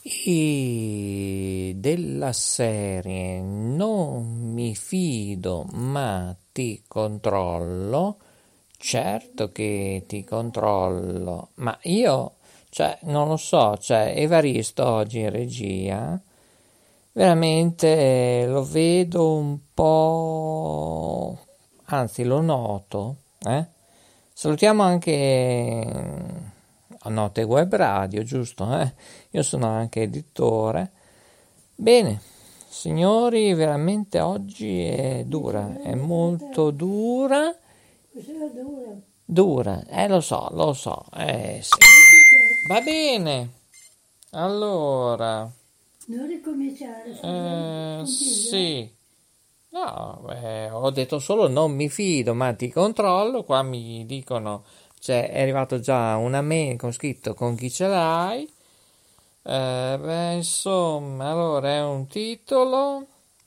della serie non mi fido ma ti controllo. Certo che ti controllo, ma io, cioè, non lo so, cioè, Evaristo oggi in regia, veramente lo vedo un po', anzi lo noto, eh? Salutiamo anche a Note Web Radio, giusto? Io sono anche editore. Bene, signori, veramente oggi è dura, è molto dura. Dura, lo so, sì. Va bene, allora, Non ricominciare, sì, no, ho detto solo non mi fido, ma ti controllo, qua mi dicono, cioè, è arrivato già una mail con scritto con chi ce l'hai, insomma, allora è un titolo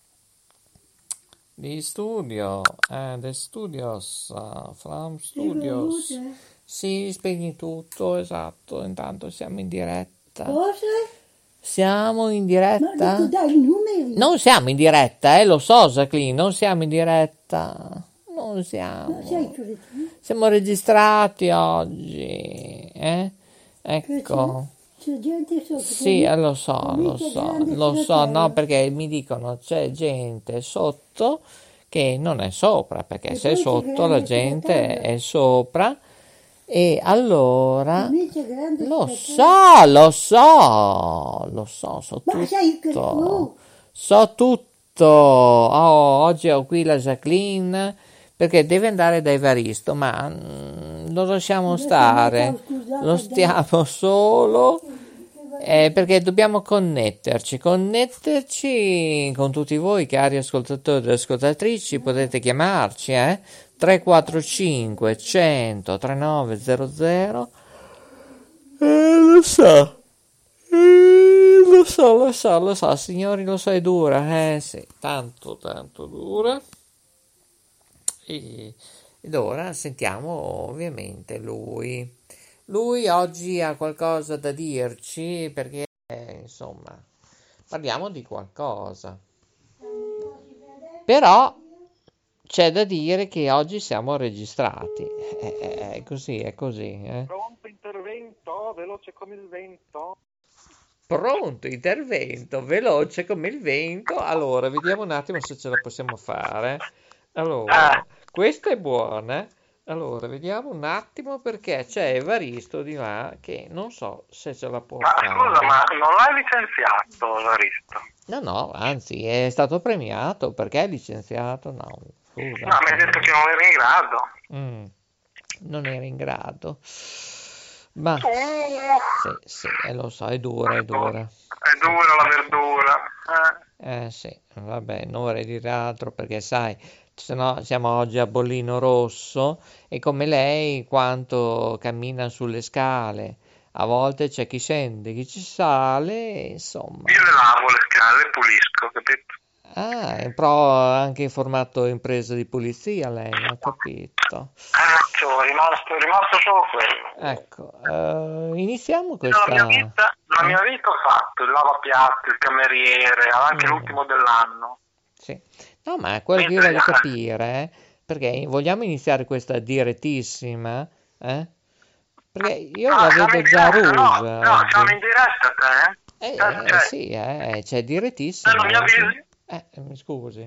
di studio, The Studios, From Studios. Sì, spegni tutto, esatto, intanto siamo in diretta. Cosa? Siamo in diretta? Ma dico, dai i numeri. Non siamo in diretta, lo so, Jacqueline, non siamo in diretta. Non siamo. Ma sei cretino? Siamo registrati oggi, Ecco. C'è gente sotto. Sì, lo so, no, perché mi dicono c'è gente sotto che non è sopra, perché se è sotto la gente è sopra e allora lo so, so tutto. Oggi ho qui la Jacqueline perché deve andare da Evaristo, ma lo lasciamo stare, lo stiamo solo. Perché dobbiamo connetterci con tutti voi cari ascoltatori e ascoltatrici, potete chiamarci 345 100 3900. Lo so, signori, lo so, è dura, sì, tanto dura. Ed ora sentiamo ovviamente lui. Lui oggi ha qualcosa da dirci perché, insomma, parliamo di qualcosa. Però c'è da dire che oggi siamo registrati. È così. Pronto intervento, veloce come il vento. Pronto intervento, veloce come il vento. Allora, vediamo un attimo se ce la possiamo fare. Allora, questa è buona. Allora, vediamo un attimo perché c'è Evaristo di là che non so se ce la può fare. Scusa, ma non l'hai licenziato Evaristo? No, anzi, è stato premiato. Perché è licenziato? No, scusa. No, mi hai detto che non eri in grado. Non era in grado. Ma sì, lo so, è dura. È dura la verdura. Sì, vabbè, non vorrei dire altro perché sai, se no siamo oggi a bollino rosso e come lei quanto cammina sulle scale, a volte c'è chi scende, chi ci sale, insomma. Io le lavo le scale, le pulisco, capito? Però anche in formato impresa di pulizia lei, ho capito. Rimasto solo quello. Ecco, iniziamo questa... La mia vita ho fatto il lavapiatti, il cameriere, anche l'ultimo dell'anno. Sì. No, ma quello che io voglio capire, perché vogliamo iniziare questa direttissima, Perché io la vedo già rusa. No, siamo in diretta te? Sì, c'è direttissima. Non mi avvisi? Mi scusi.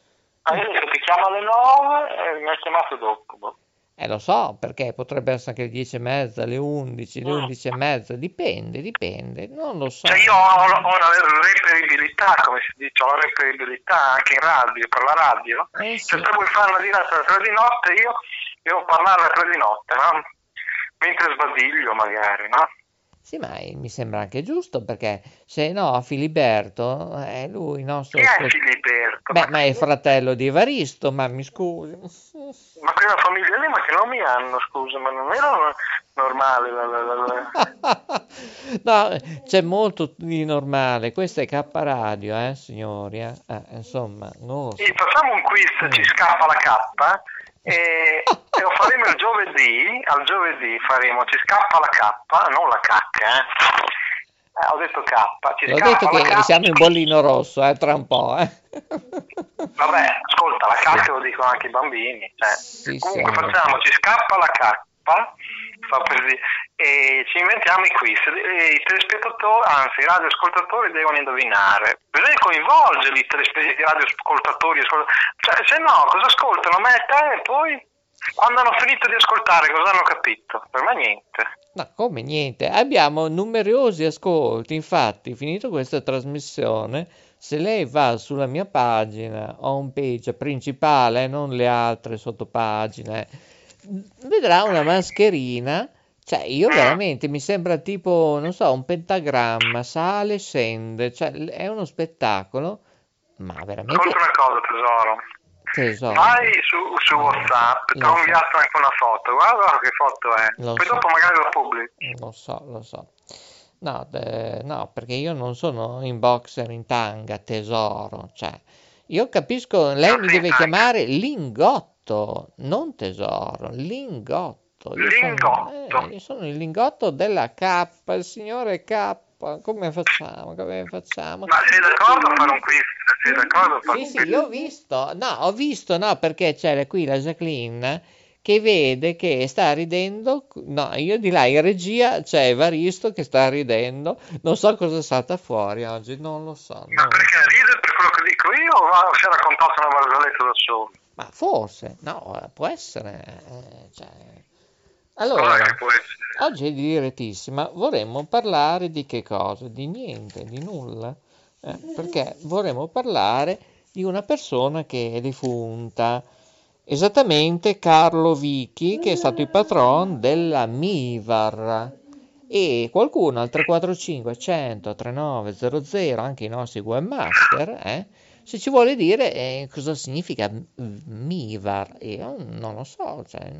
Ti chiamo alle 9 e mi hai chiamato dopo. Lo so, perché potrebbe essere anche le 10:30, le 11, le 11:30, dipende, non lo so. Cioè io ho una reperibilità, come si dice, ho la reperibilità anche in radio, per la radio. Sì. Se tu vuoi fare una diretta alle 3 di notte, io devo parlare alle 3 di notte, no? Mentre sbadiglio magari, no? Sì, ma mi sembra anche giusto, perché se no Filiberto è lui, nostro... Chi è Filiberto? Ma è il fratello di Evaristo, ma mi scusi. Ma quella famiglia lì, ma che nomi hanno, scusa, ma non era normale? No, c'è molto di normale, questa è K Radio, signori, insomma, non lo so. Facciamo un quiz, ci scappa la K, e lo faremo il giovedì, al giovedì faremo, ci scappa la K, non la cacca, Ho detto K, ci L'ho scappa detto la che K. siamo in bollino rosso, tra un po', Vabbè, ascolta, la K lo dicono anche i bambini. Sì, Comunque siamo. facciamo, ci scappa la K, fa per dire, e ci inventiamo i quiz. E i telespettatori, anzi i radioascoltatori devono indovinare. Bisogna coinvolgerli i radioascoltatori, cioè, se no cosa ascoltano? Me e te e poi quando hanno finito di ascoltare cosa hanno capito? Per me niente. No, come niente, abbiamo numerosi ascolti, infatti, finito questa trasmissione, se lei va sulla mia pagina, home page principale, non le altre sottopagine, vedrà una mascherina, cioè io veramente mi sembra tipo, non so, un pentagramma, sale, scende, cioè è uno spettacolo, ma veramente Ascolta una cosa, tesoro. tesoro. Vai su WhatsApp, ti ho inviato anche una foto, guarda che foto è. Poi dopo magari la pubblichi. Lo so. No, no, perché io non sono in boxer in tanga, tesoro. Cioè, io capisco, lei mi deve chiamare Lingotto, non tesoro, Lingotto. Io sono il Lingotto della K, il signore K. Come facciamo? Ma sei d'accordo a fare un quiz? Sei d'accordo a fare un quiz? Sì, io ho visto, no, perché c'è qui la Jacqueline che vede che sta ridendo, no, io di là in regia c'è Evaristo che sta ridendo, non so cosa salta fuori oggi, non lo so. Ma perché ride per quello che dico io o si è raccontato una barzelletta da solo? Ma forse, no, può essere, cioè... Allora, oggi è direttissima, vorremmo parlare di che cosa? Di niente, di nulla, perché vorremmo parlare di una persona che è defunta, esattamente Carlo Vichi, che è stato il patron della Mivar, e qualcuno al 345 100 3900, anche i nostri webmaster, se ci vuole dire cosa significa Mivar, io non lo so, cioè...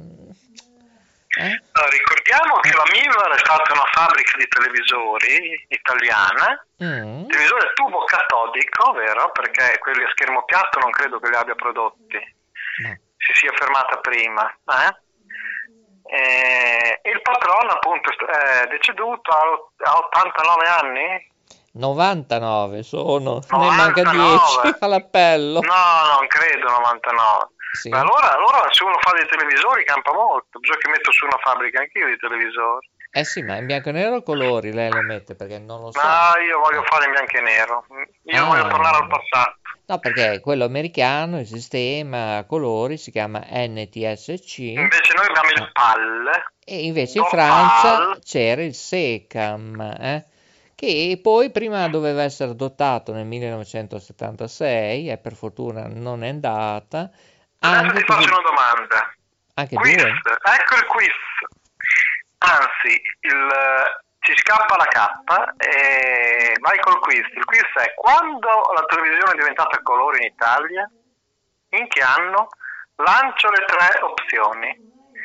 Ricordiamo che la Mivar è stata una fabbrica di televisori italiana, televisore tubo catodico, vero? Perché quelli a schermo piatto non credo che li abbia prodotti, si sia fermata prima. E il patrono appunto è deceduto a 89 anni? 99 sono, 99. Ne manca 10 all'appello. No, non credo 99. Sì. Ma allora se uno fa dei televisori campa molto, bisogna che metto su una fabbrica anch'io di televisori. Sì, ma in bianco e nero o colori lei lo mette? Perché non lo so. No, io voglio fare in bianco e nero, io voglio tornare al passato. No, perché quello americano, il sistema a colori, si chiama NTSC. Invece noi abbiamo il PAL. E invece in Francia c'era il SECAM, che poi prima doveva essere adottato nel 1976, e per fortuna non è andata. Adesso ti faccio una domanda. Anche quiz. due? Ecco il quiz. Anzi, ci scappa la K e vai col quiz. Il quiz è: quando la televisione è diventata a colori in Italia? In che anno? Lancio le tre opzioni: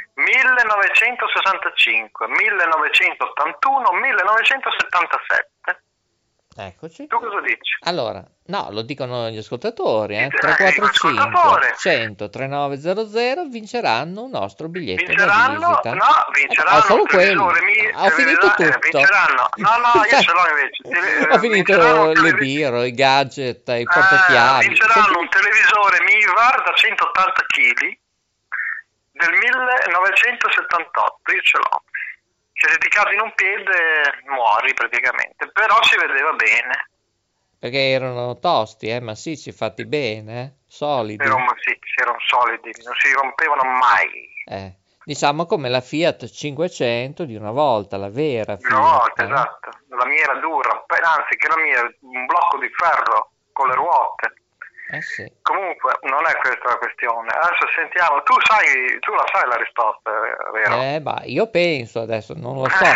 1965, 1981, 1977. Eccoci. Tu cosa dici? Allora, no, lo dicono gli ascoltatori, 345 100 3900 vinceranno un nostro biglietto da visita. No, vinceranno solo quelli. Ho finito tutto. Vinceranno. No, io ce l'ho invece. Ho finito le birre, i gadget, i portachiavi. Vinceranno un televisore Mivar da 180 kg del 1978, io ce l'ho. Cioè, se ti cadi in un piede muori praticamente, però si vedeva bene. Perché erano tosti, massicci, fatti bene, solidi. Erano solidi, non si rompevano mai. Diciamo come la Fiat 500 di una volta, la vera Fiat. No, esatto, la mia era dura, anzi che la mia era un blocco di ferro con le ruote. Sì. Comunque non è questa la questione. Adesso sentiamo, tu la sai la risposta, vero? Io penso adesso, non lo so.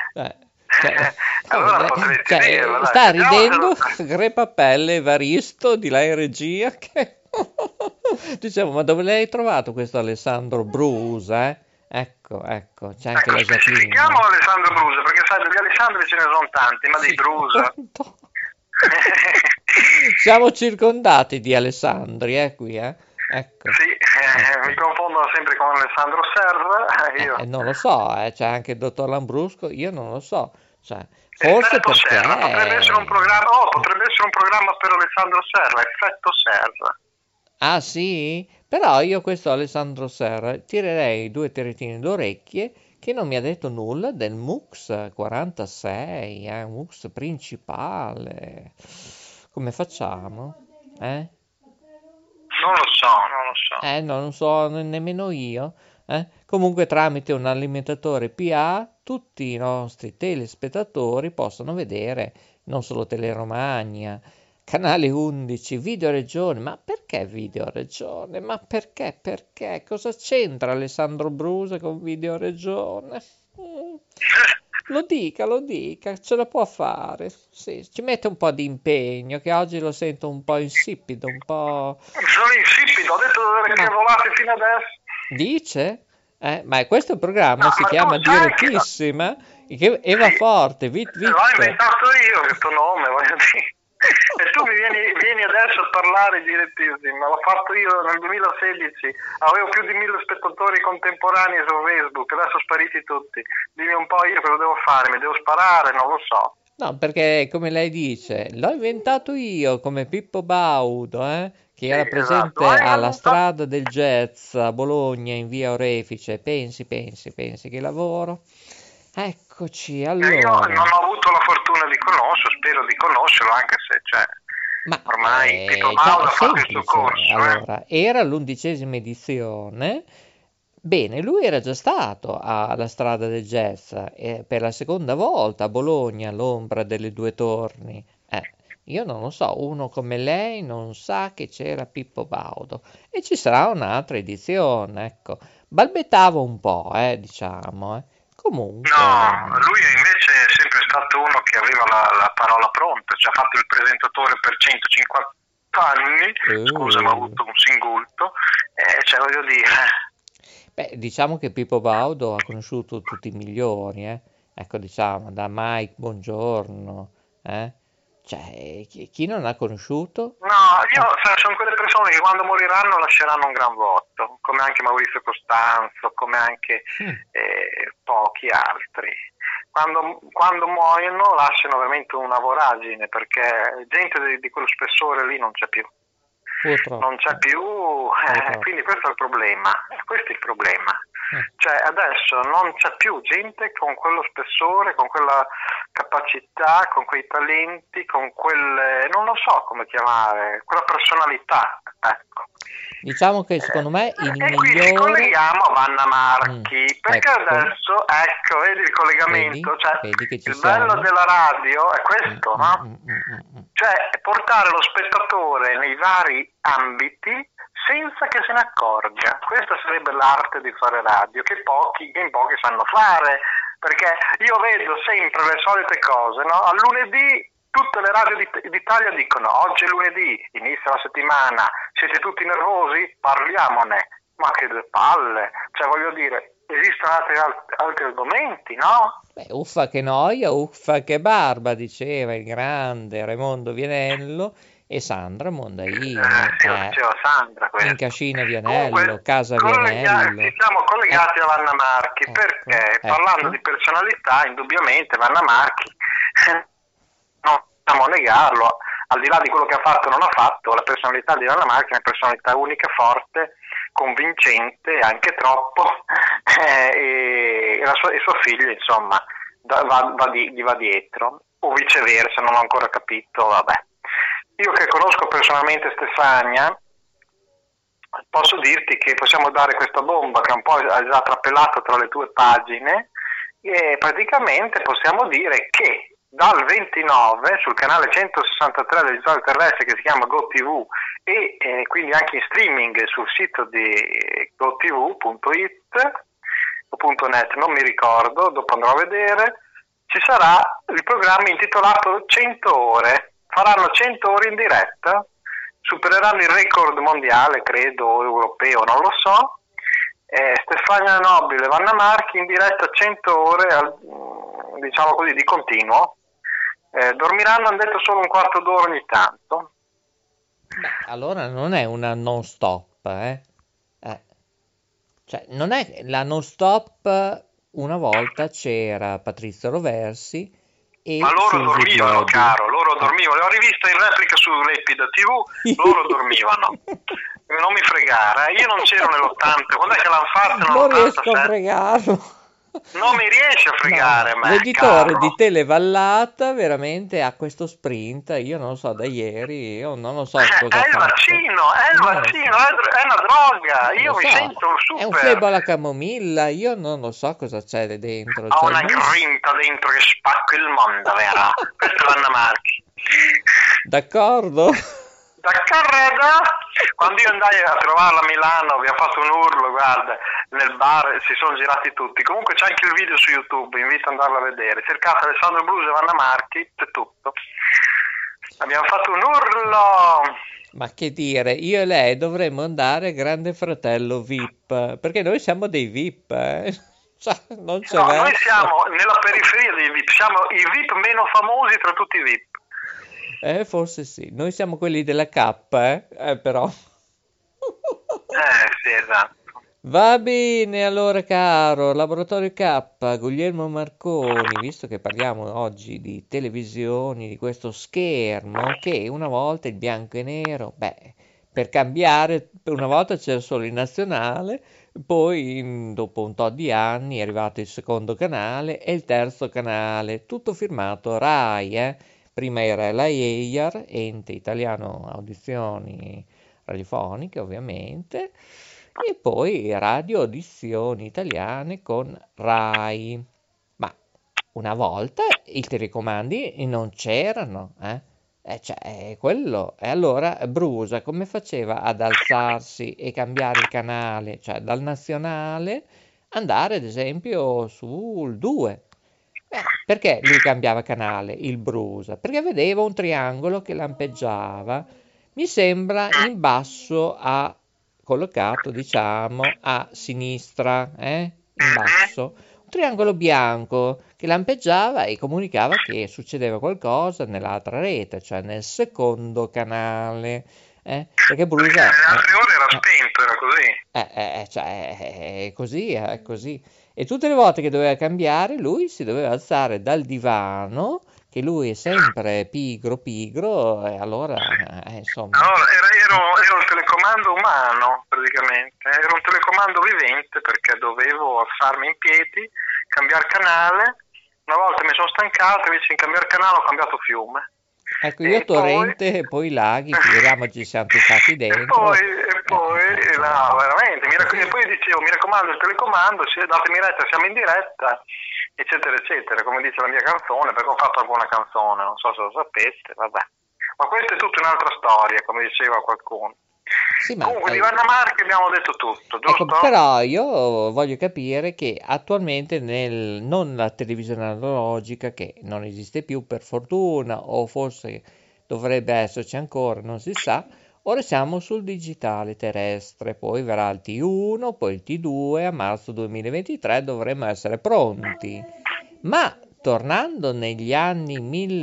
Allora potresti dirla, sta ridendo Crepapelle Evaristo di là in regia che dicevo, ma dove l'hai trovato questo Alessandro Brusa? Ecco, c'è anche la Jacqueline. Specifichiamo Alessandro Brusa, perché sai, degli Alessandri ce ne sono tanti, ma dei Brusa siamo circondati di Alessandri, qui, Ecco. Sì, Ecco. mi confondono sempre con Alessandro Serra. Io. Non lo so, c'è anche il dottor Lambrusco, io non lo so, cioè, forse Effetto Serra, potrebbe essere un perché... programma, potrebbe essere un programma per Alessandro Serra, Effetto Serra. Ah sì? Però io questo Alessandro Serra tirerei due tirettine d'orecchie che non mi ha detto nulla del MUX 46, MUX principale. Come facciamo? Eh? Non lo so, non lo so. No, non so nemmeno io. Comunque tramite un alimentatore PA tutti i nostri telespettatori possono vedere non solo Teleromagna, Canale 11, Video Regione. Ma perché Video Regione? Ma perché? Perché? Cosa c'entra Alessandro Brusa con Video Regione? Mm. Lo dica, ce la può fare. Sì, ci mette un po' di impegno, che oggi lo sento un po' insipido, un po'... Sono insipido, ho detto delle Ma cavolate fino adesso. dice? Ma questo programma No, si ma chiama tu sai che Direttissima e va sì, forte, l'ho inventato io questo nome, voglio dire. E tu vieni adesso a parlare direttissimo, l'ho fatto io nel 2016, avevo più di 1000 spettatori contemporanei su Facebook, adesso spariti tutti. Dimmi un po' io cosa devo fare, mi devo sparare, non lo so. No, perché come lei dice, l'ho inventato io come Pippo Baudo, che Sì, era esatto, presente hai alla inventato. strada del jazz a Bologna in via Orefice. Pensi che lavoro. Eccoci, Io non allora. ho avuto la fortuna di conoscerlo, spero di conoscerlo, anche se Ma ormai Pippo cioè, Baudo è ha fatto il suo semplice. corso. Allora, era l'11ª edizione. Bene, lui era già stato alla Strada del Jazz per la seconda volta a Bologna, all'ombra delle due torni. Io non lo so, uno come lei non sa che c'era Pippo Baudo e ci sarà un'altra edizione, ecco. Balbettavo un po', diciamo. Comunque, No, lui invece è sempre stato uno che aveva la parola pronta, cioè ha fatto il presentatore per 150 anni, scusa ma ho eh, avuto un singulto, cioè voglio dire, beh, diciamo che Pippo Baudo ha conosciuto tutti i migliori, eh. Ecco, diciamo, da Mike Buongiorno, eh. Cioè, chi non ha conosciuto? no, io sono quelle persone che quando moriranno lasceranno un gran vuoto, come anche Maurizio Costanzo, come anche Mm, pochi altri. Quando muoiono lasciano veramente una voragine, perché gente di quello spessore lì non c'è più. Non c'è purtroppo, più, purtroppo. quindi questo è il problema, questo è il problema. Mm. Cioè adesso non c'è più gente con quello spessore, con quella capacità, con quei talenti, con quelle, non lo so come chiamare, quella personalità, ecco. Diciamo che secondo me il E qui ci migliore... colleghiamo a Vanna Mm, Marchi, perché ecco, adesso, ecco, vedi il collegamento, cioè vedi che ci il bello siamo. della radio è Mm, questo, mm, no? mm, mm, mm, mm. Cioè portare lo spettatore nei vari ambiti senza che se ne accorga. Questa sarebbe l'arte di fare radio, che in pochi sanno fare, perché io vedo sempre le solite cose, no? A lunedì tutte le radio d'Italia dicono oggi è lunedì, inizia la settimana, siete tutti nervosi? Parliamone. Ma che due palle, cioè voglio dire, esistono altri argomenti, no? Beh, uffa che noia, uffa che barba, diceva il grande Raimondo Vianello e Sandra Mondaini, Sì, lo diceva Sandra in questo. Cascina Vianello, Comunque, Casa Vianello. ci siamo collegati a Vanna Marchi, perché parlando di personalità, indubbiamente Vanna Marchi, non possiamo negarlo, al di là di quello che ha fatto o non ha fatto, la personalità di Vanna Marchi è una personalità unica, forte, convincente, anche troppo, e suo figlio, insomma, gli va dietro, o viceversa, non ho ancora capito, vabbè. Io che conosco personalmente Stefania, posso dirti che possiamo dare questa bomba che un po' ha già trapelato tra le tue pagine e praticamente possiamo dire che dal 29 sul canale 163 del digitale terrestre che si chiama GoTV e quindi anche in streaming sul sito di gotv.it o .net, non mi ricordo, dopo andrò a vedere, ci sarà il programma intitolato 100 ore, faranno 100 ore in diretta, supereranno il record mondiale, credo, europeo, non lo so. Stefania Nobile e Vanna Marchi in diretta 100 ore, diciamo così, di continuo. Dormiranno, hanno detto, solo un quarto d'ora ogni tanto. Beh, allora non è una non stop, Cioè, non è la non stop, una volta c'era Patrizio Roversi Ma e loro Susi dormivano, Globi. caro, loro dormivano. Le ho riviste in replica su Lepida TV, loro dormivano. Non mi fregare, io non c'ero nell'80, quando è che l'hanno fatto? Non riesco a Nell'87? fregarlo. Non mi riesci a fregare, No, me, l'editore caro. di Televallata veramente ha questo sprint, io non lo so, da ieri, io non lo so cosa È ha il fatto. vaccino, è il Non lo vaccino, so. è una droga. Non Io lo mi so, sento è un super. flebo alla camomilla, io non lo so cosa c'è lì dentro. Ho Cioè, una non- grinta dentro che spacco il mondo, vero? Questa è l'Anna Marchi. D'accordo? D'accordo? Quando io andai a trovarla a Milano, abbiamo fatto un urlo, guarda, nel bar si sono girati tutti. Comunque c'è anche il video su YouTube, invito ad andarlo a vedere. Cercate Alessandro Bruso e Vanna Marchi, c'è tutto. Abbiamo fatto un urlo. Ma che dire, io e lei dovremmo andare Grande Fratello VIP, perché noi siamo dei VIP, eh? Cioè, non c'è No, noi verso. siamo nella periferia dei VIP, siamo i VIP meno famosi tra tutti i VIP. Forse sì, noi siamo quelli della K, però. Sì, esatto. Va bene, allora caro, Laboratorio K, Guglielmo Marconi, visto che parliamo oggi di televisioni, di questo schermo che una volta il bianco e nero, per cambiare, una volta c'era solo il nazionale, poi dopo un tot di anni è arrivato il secondo canale e il terzo canale, tutto firmato Rai. Prima era la EIAR, Ente Italiano Audizioni Radiofoniche, ovviamente, e poi Radio Audizioni Italiane con Rai. Ma una volta i telecomandi non c'erano, quello. E allora Brusa come faceva ad alzarsi e cambiare il canale, cioè dal nazionale andare ad esempio sul 2? Perché lui cambiava canale, il Brusa? Perché vedeva un triangolo che lampeggiava, mi sembra in basso a collocato, diciamo, a sinistra, in basso. Un triangolo bianco che lampeggiava e comunicava che succedeva qualcosa nell'altra rete, cioè nel secondo canale. Perché Brusa... Perché nelle altre ore era spento, era così. Cioè, è così, è così. E tutte le volte che doveva cambiare, lui si doveva alzare dal divano, che lui è sempre pigro, e allora, insomma... Allora, ero il telecomando umano, praticamente. Era un telecomando vivente perché dovevo alzarmi in piedi, cambiare canale. Una volta mi sono stancato, invece di cambiare canale ho cambiato fiume. Ecco, io Torrente e poi Laghi, figuriamoci, siamo tuffati dentro. E poi no, veramente, e poi dicevo, mi raccomando il telecomando, datemi retta, siamo in diretta, eccetera, eccetera, come dice la mia canzone, perché ho fatto alguna canzone, non so se lo sapeste, vabbè. Ma questa è tutta un'altra storia, come diceva qualcuno. Sì, ma, Comunque di Vanna Marchi abbiamo detto tutto, giusto? ecco, però io voglio capire che attualmente non la televisione analogica, che non esiste più per fortuna, o forse dovrebbe esserci ancora, non si sa, ora siamo sul digitale terrestre, poi verrà il T1, poi il T2, a marzo 2023 dovremmo essere pronti. Ma tornando negli anni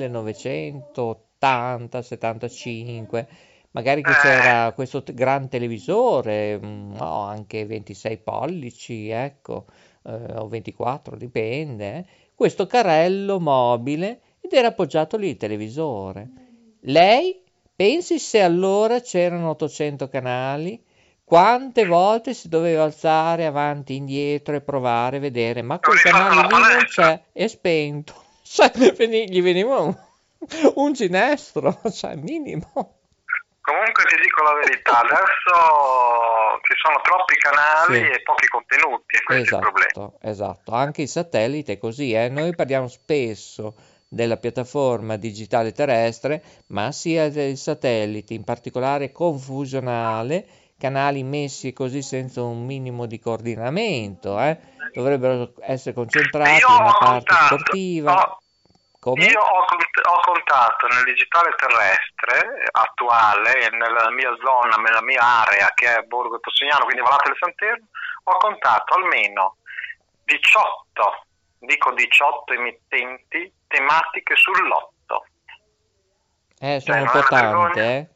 1980-75, magari che c'era questo gran televisore, anche 26 pollici, ecco, o 24, dipende, questo carrello mobile ed era appoggiato lì il televisore. Lei, pensi se allora c'erano 800 canali? Quante volte si doveva alzare avanti e indietro e provare a vedere, ma quel canale lì non c'è, è spento. Cioè, gli veniva un ginestro, cioè minimo. Comunque ti dico la verità, adesso ci sono troppi canali Sì. e pochi contenuti, e questo è il problema. Esatto, anche il satellite è così, noi parliamo spesso della piattaforma digitale terrestre, ma sia del satellite, in particolare confusionale, canali messi così senza un minimo di coordinamento, dovrebbero essere concentrati Io nella ho parte contato, sportiva. Come? Io ho contato nel digitale terrestre attuale, nella mia zona, nella mia area, che è Borgo Tossignano, quindi Vallata del Sant'Erno, ho contato almeno 18, dico 18 emittenti tematiche sull'otto. Sono un non è po' una vergogna? tante,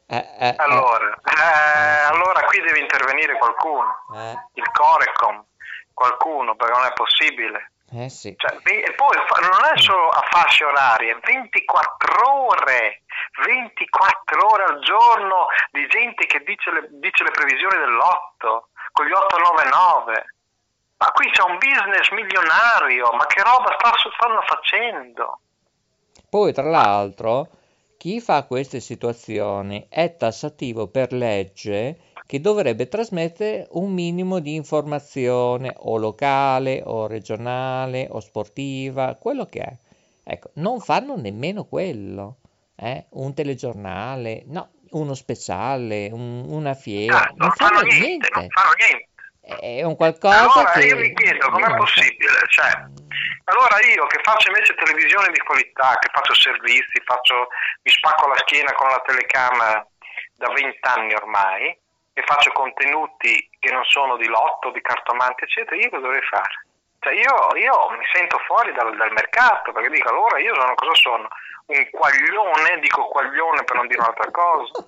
Allora qui deve intervenire qualcuno, il Corecom, qualcuno, perché non è possibile. Sì. Cioè, e poi non è solo a fasce orarie, 24 ore al giorno di gente che dice le previsioni dell'otto, con gli 899. Ma qui c'è un business milionario, ma che roba stanno facendo? Poi, tra l'altro, chi fa queste situazioni è tassativo per legge che dovrebbe trasmettere un minimo di informazione o locale o regionale o sportiva, quello che è. Ecco, non fanno nemmeno quello. Un telegiornale, no, uno speciale, una fiera, non Non fanno fanno niente, non niente. fanno niente. È un qualcosa Allora che io mi chiedo com'è non so. possibile, cioè, allora io che faccio invece televisione di qualità, che faccio servizi, mi spacco la schiena con la telecamera da 20 anni ormai e faccio contenuti che non sono di lotto, di cartomanti, eccetera, io cosa dovrei fare? Cioè io mi sento fuori dal mercato, perché dico allora io sono cosa sono? Un quaglione, dico quaglione per non dire un'altra cosa.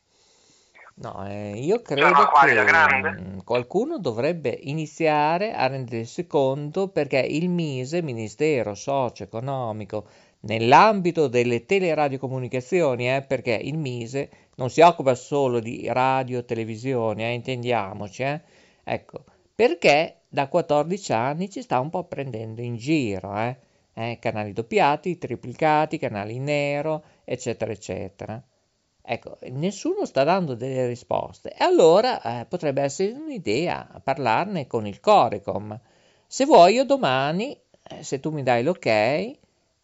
No, io C'è una credo quaglia che grande? qualcuno dovrebbe iniziare a rendersi conto perché il MISE, Ministero Socio-Economico, nell'ambito delle teleradiocomunicazioni, perché il MISE non si occupa solo di radio e televisione, intendiamoci, ecco, perché da 14 anni ci sta un po' prendendo in giro, canali doppiati, triplicati, canali in nero, eccetera, eccetera. Ecco, nessuno sta dando delle risposte e allora potrebbe essere un'idea parlarne con il Corecom. Se vuoi io domani, se tu mi dai l'ok,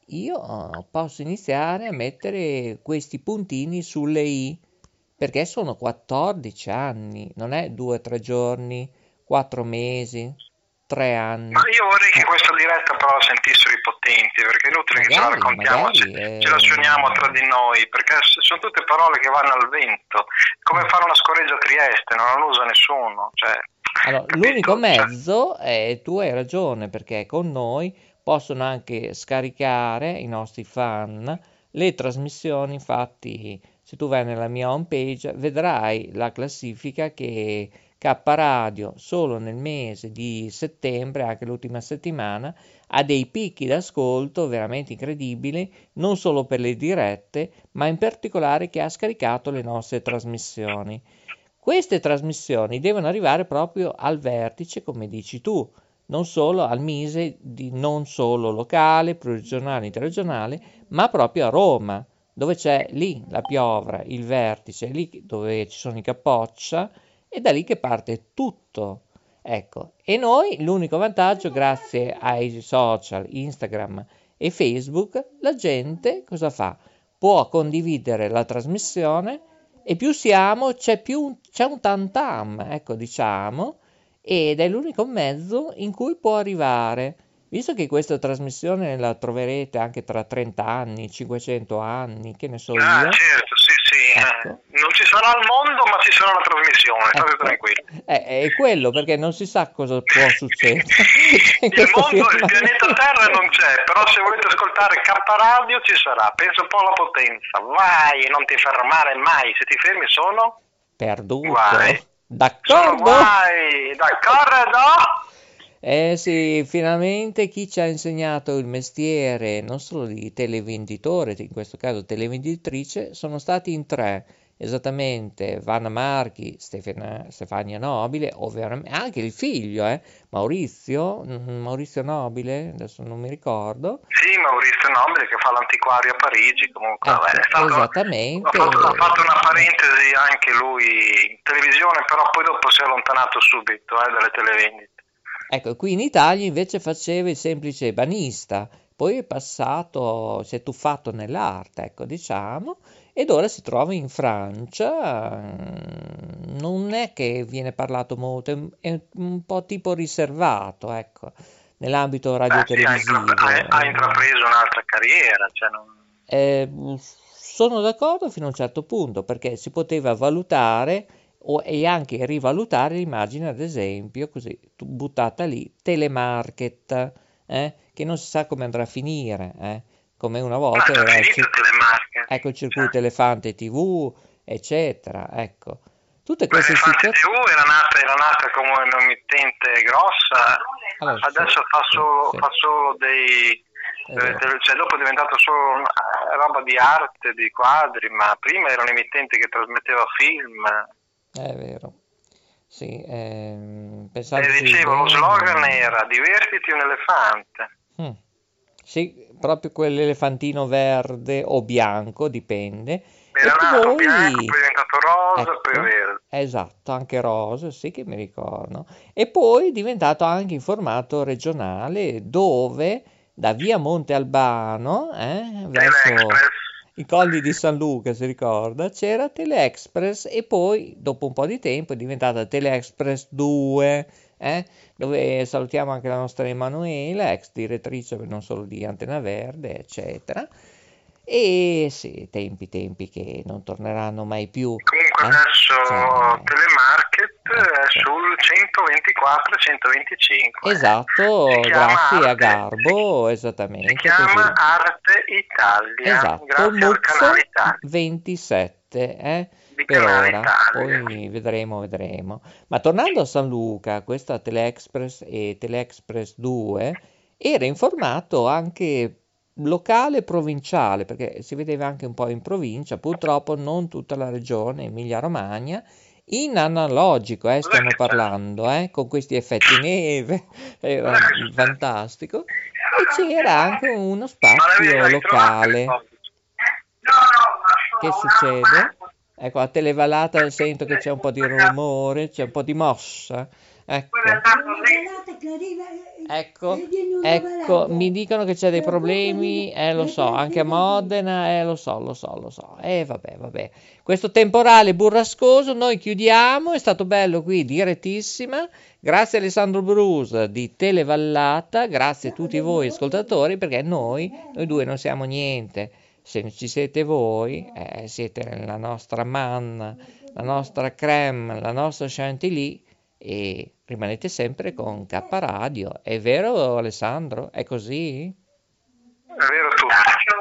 io posso iniziare a mettere questi puntini sulle i, perché sono 14 anni, non è 2-3 giorni, 4 mesi, 3 anni. Ma io vorrei che questa diretta però la sentissero i potenti, perché è inutile che ce la raccontiamo, ce la suoniamo tra di noi, perché sono tutte parole che vanno al vento. È come fare una scoreggia a Trieste, non la usa nessuno. Cioè, allora, l'unico mezzo, tu hai ragione, perché con noi possono anche scaricare i nostri fan le trasmissioni. Infatti, se tu vai nella mia home page, vedrai la classifica che K Radio solo nel mese di settembre, anche l'ultima settimana, ha dei picchi d'ascolto veramente incredibili, non solo per le dirette, ma in particolare che ha scaricato le nostre trasmissioni. Queste trasmissioni devono arrivare proprio al vertice, come dici tu, non solo al MISE, non solo locale, proregionale, interregionale, ma proprio a Roma, dove c'è lì la piovra, il vertice, lì dove ci sono i Capoccia, e da lì che parte tutto. Ecco, e noi l'unico vantaggio, grazie ai social, Instagram e Facebook, la gente cosa fa? Può condividere la trasmissione e più siamo, c'è un tantam, ecco, diciamo, ed è l'unico mezzo in cui può arrivare. Visto che questa trasmissione la troverete anche tra 30 anni, 500 anni, che ne so io. Certo, sì. Ecco. Non ci sarà il mondo, ma ci sarà la trasmissione, state tranquilli. È quello, perché non si sa cosa può succedere. Il mondo, il pianeta Terra non c'è, però se volete ascoltare K Radio ci sarà, pensa un po' alla potenza, vai, non ti fermare mai, se ti fermi sono perduto. guai. D'accordo? Sono guai, d'accordo? Sì, finalmente chi ci ha insegnato il mestiere, non solo di televenditore, in questo caso televenditrice, sono stati in 3, esattamente Vanna Marchi, Stefania Nobile, ovviamente anche il figlio, Maurizio Nobile, adesso non mi ricordo. Sì, Maurizio Nobile che fa l'antiquario a Parigi, comunque esattamente. Ha fatto una parentesi anche lui in televisione, però poi dopo si è allontanato subito dalle televendite. Ecco, qui in Italia invece faceva il semplice banista, poi è passato, si è tuffato nell'arte, ecco, diciamo, ed ora si trova in Francia. Non è che viene parlato molto, è un po' tipo riservato, ecco, nell'ambito radiotelevisivo. Ha intrapreso un'altra carriera, cioè non... Sono d'accordo fino a un certo punto, perché si poteva valutare e anche rivalutare l'immagine, ad esempio, così buttata lì, telemarket, che non si sa come andrà a finire, come una volta era finito telemarket. ecco il circuito Elefante TV, eccetera, ecco. Tutte queste L'Elefante situazioni... TV era nata come un'emittente grossa, Allora, adesso sì. fa solo dei... Cioè, dopo è diventato solo roba di arte, di quadri, ma prima era un'emittente che trasmetteva film. È vero. Sì, E pensarci dicevo, lo slogan bene. era divertiti un elefante. Mm. Sì, proprio quell'elefantino verde o bianco, dipende. Era E nato bianco, poi, poi è diventato rosa, poi ecco, verde. esatto, anche rosa, sì che mi ricordo. E poi è diventato anche in formato regionale, dove da via Monte Albano, verso Teleexpress. i colli di San Luca, si ricorda, c'era Teleexpress e poi, dopo un po' di tempo, è diventata Teleexpress 2, dove salutiamo anche la nostra Emanuela, ex direttrice non solo di Antena Verde, eccetera. E sì, tempi che non torneranno mai più. Comunque adesso Cioè, Telemarket è ecco. sul 124-125. Esatto, Si chiama grazie a Arte, Garbo, si esattamente chiama così. Arte Italia, Esatto, grazie al canale MUX Italia, 27, di per canale ora, Italia. poi vedremo. Ma tornando a San Luca, questa Teleexpress e Teleexpress 2 era in formato anche locale e provinciale, perché si vedeva anche un po' in provincia, purtroppo non tutta la regione Emilia-Romagna, in analogico, Cos'è stiamo che c'è? parlando, con questi effetti neve, era Cos'è che succede? fantastico, e c'era anche uno Ma spazio l'hai trovate le locale. cose? Che succede? Ecco, a Televallata sento che c'è un po' di rumore, c'è un po' di mossa. Ecco, È una valata che arriva, ecco, viene una ecco, valanga. mi dicono che c'è dei Tra poco problemi, arriva, lo so, anche a vedi. Modena, lo so. Vabbè. Questo temporale burrascoso, noi chiudiamo, è stato bello qui, direttissima. Grazie a Alessandro Brusa di Televallata, grazie a tutti voi ascoltatori, perché noi due non siamo niente. Se ci siete voi, siete la nostra manna, la nostra crème, la nostra chantilly e rimanete sempre con K Radio. È vero, Alessandro? È così? È vero tutto.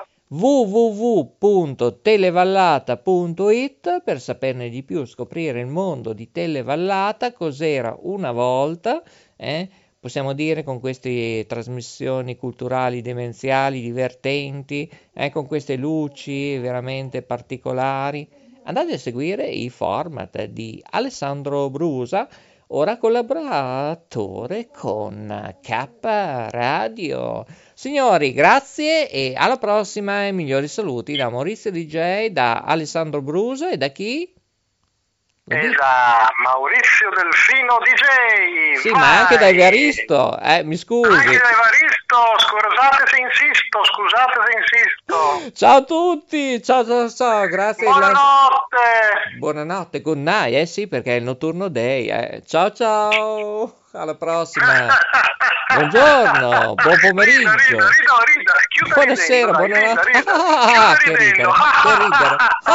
www.televallata.it per saperne di più, scoprire il mondo di Televallata, cos'era una volta, possiamo dire, con queste trasmissioni culturali demenziali, divertenti, con queste luci veramente particolari. Andate a seguire i format di Alessandro Brusa, ora collaboratore con K Radio. Signori, grazie e alla prossima e migliori saluti da Maurizio DJ, da Alessandro Brusa e da chi? Lo E dico? da Maurizio Delfino DJ. Sì, vai! ma anche da Evaristo, mi scusi. Anche da Evaristo, scusate se insisto. Ciao a tutti, ciao, grazie. Buonanotte. Buonanotte, good night, sì, perché è il notturno day. Ciao, alla prossima. Buongiorno, buon pomeriggio. Rida. Chiuda Buonasera, ridendo, buonanotte. rida. Che ridere, che ridere.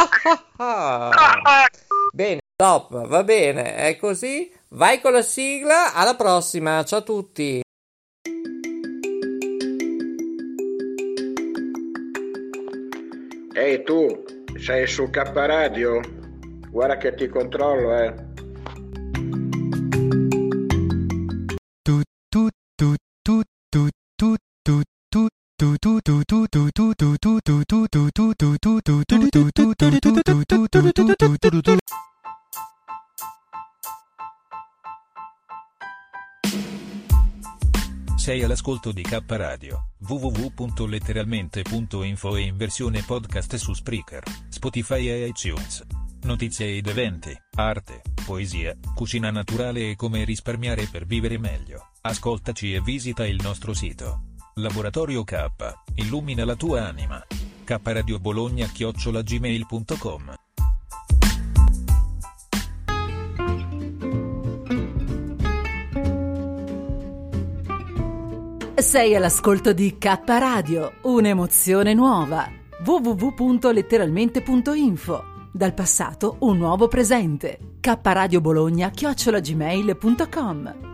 Bene, top, va bene, è così. Vai con la sigla, alla prossima, ciao a tutti. Ehi tu, sei su K Radio? Guarda che ti controllo, Sei all'ascolto di K Radio, www.letteralmente.info e in versione podcast su Spreaker, Spotify e iTunes. Notizie ed eventi, arte, poesia, cucina naturale e come risparmiare per vivere meglio. Ascoltaci e visita il nostro sito. Laboratorio K, illumina la tua anima. kradiobologna@gmail.com. Sei all'ascolto di K Radio, un'emozione nuova. www.letteralmente.info. Dal passato un nuovo presente. kradiobologna@gmail.com.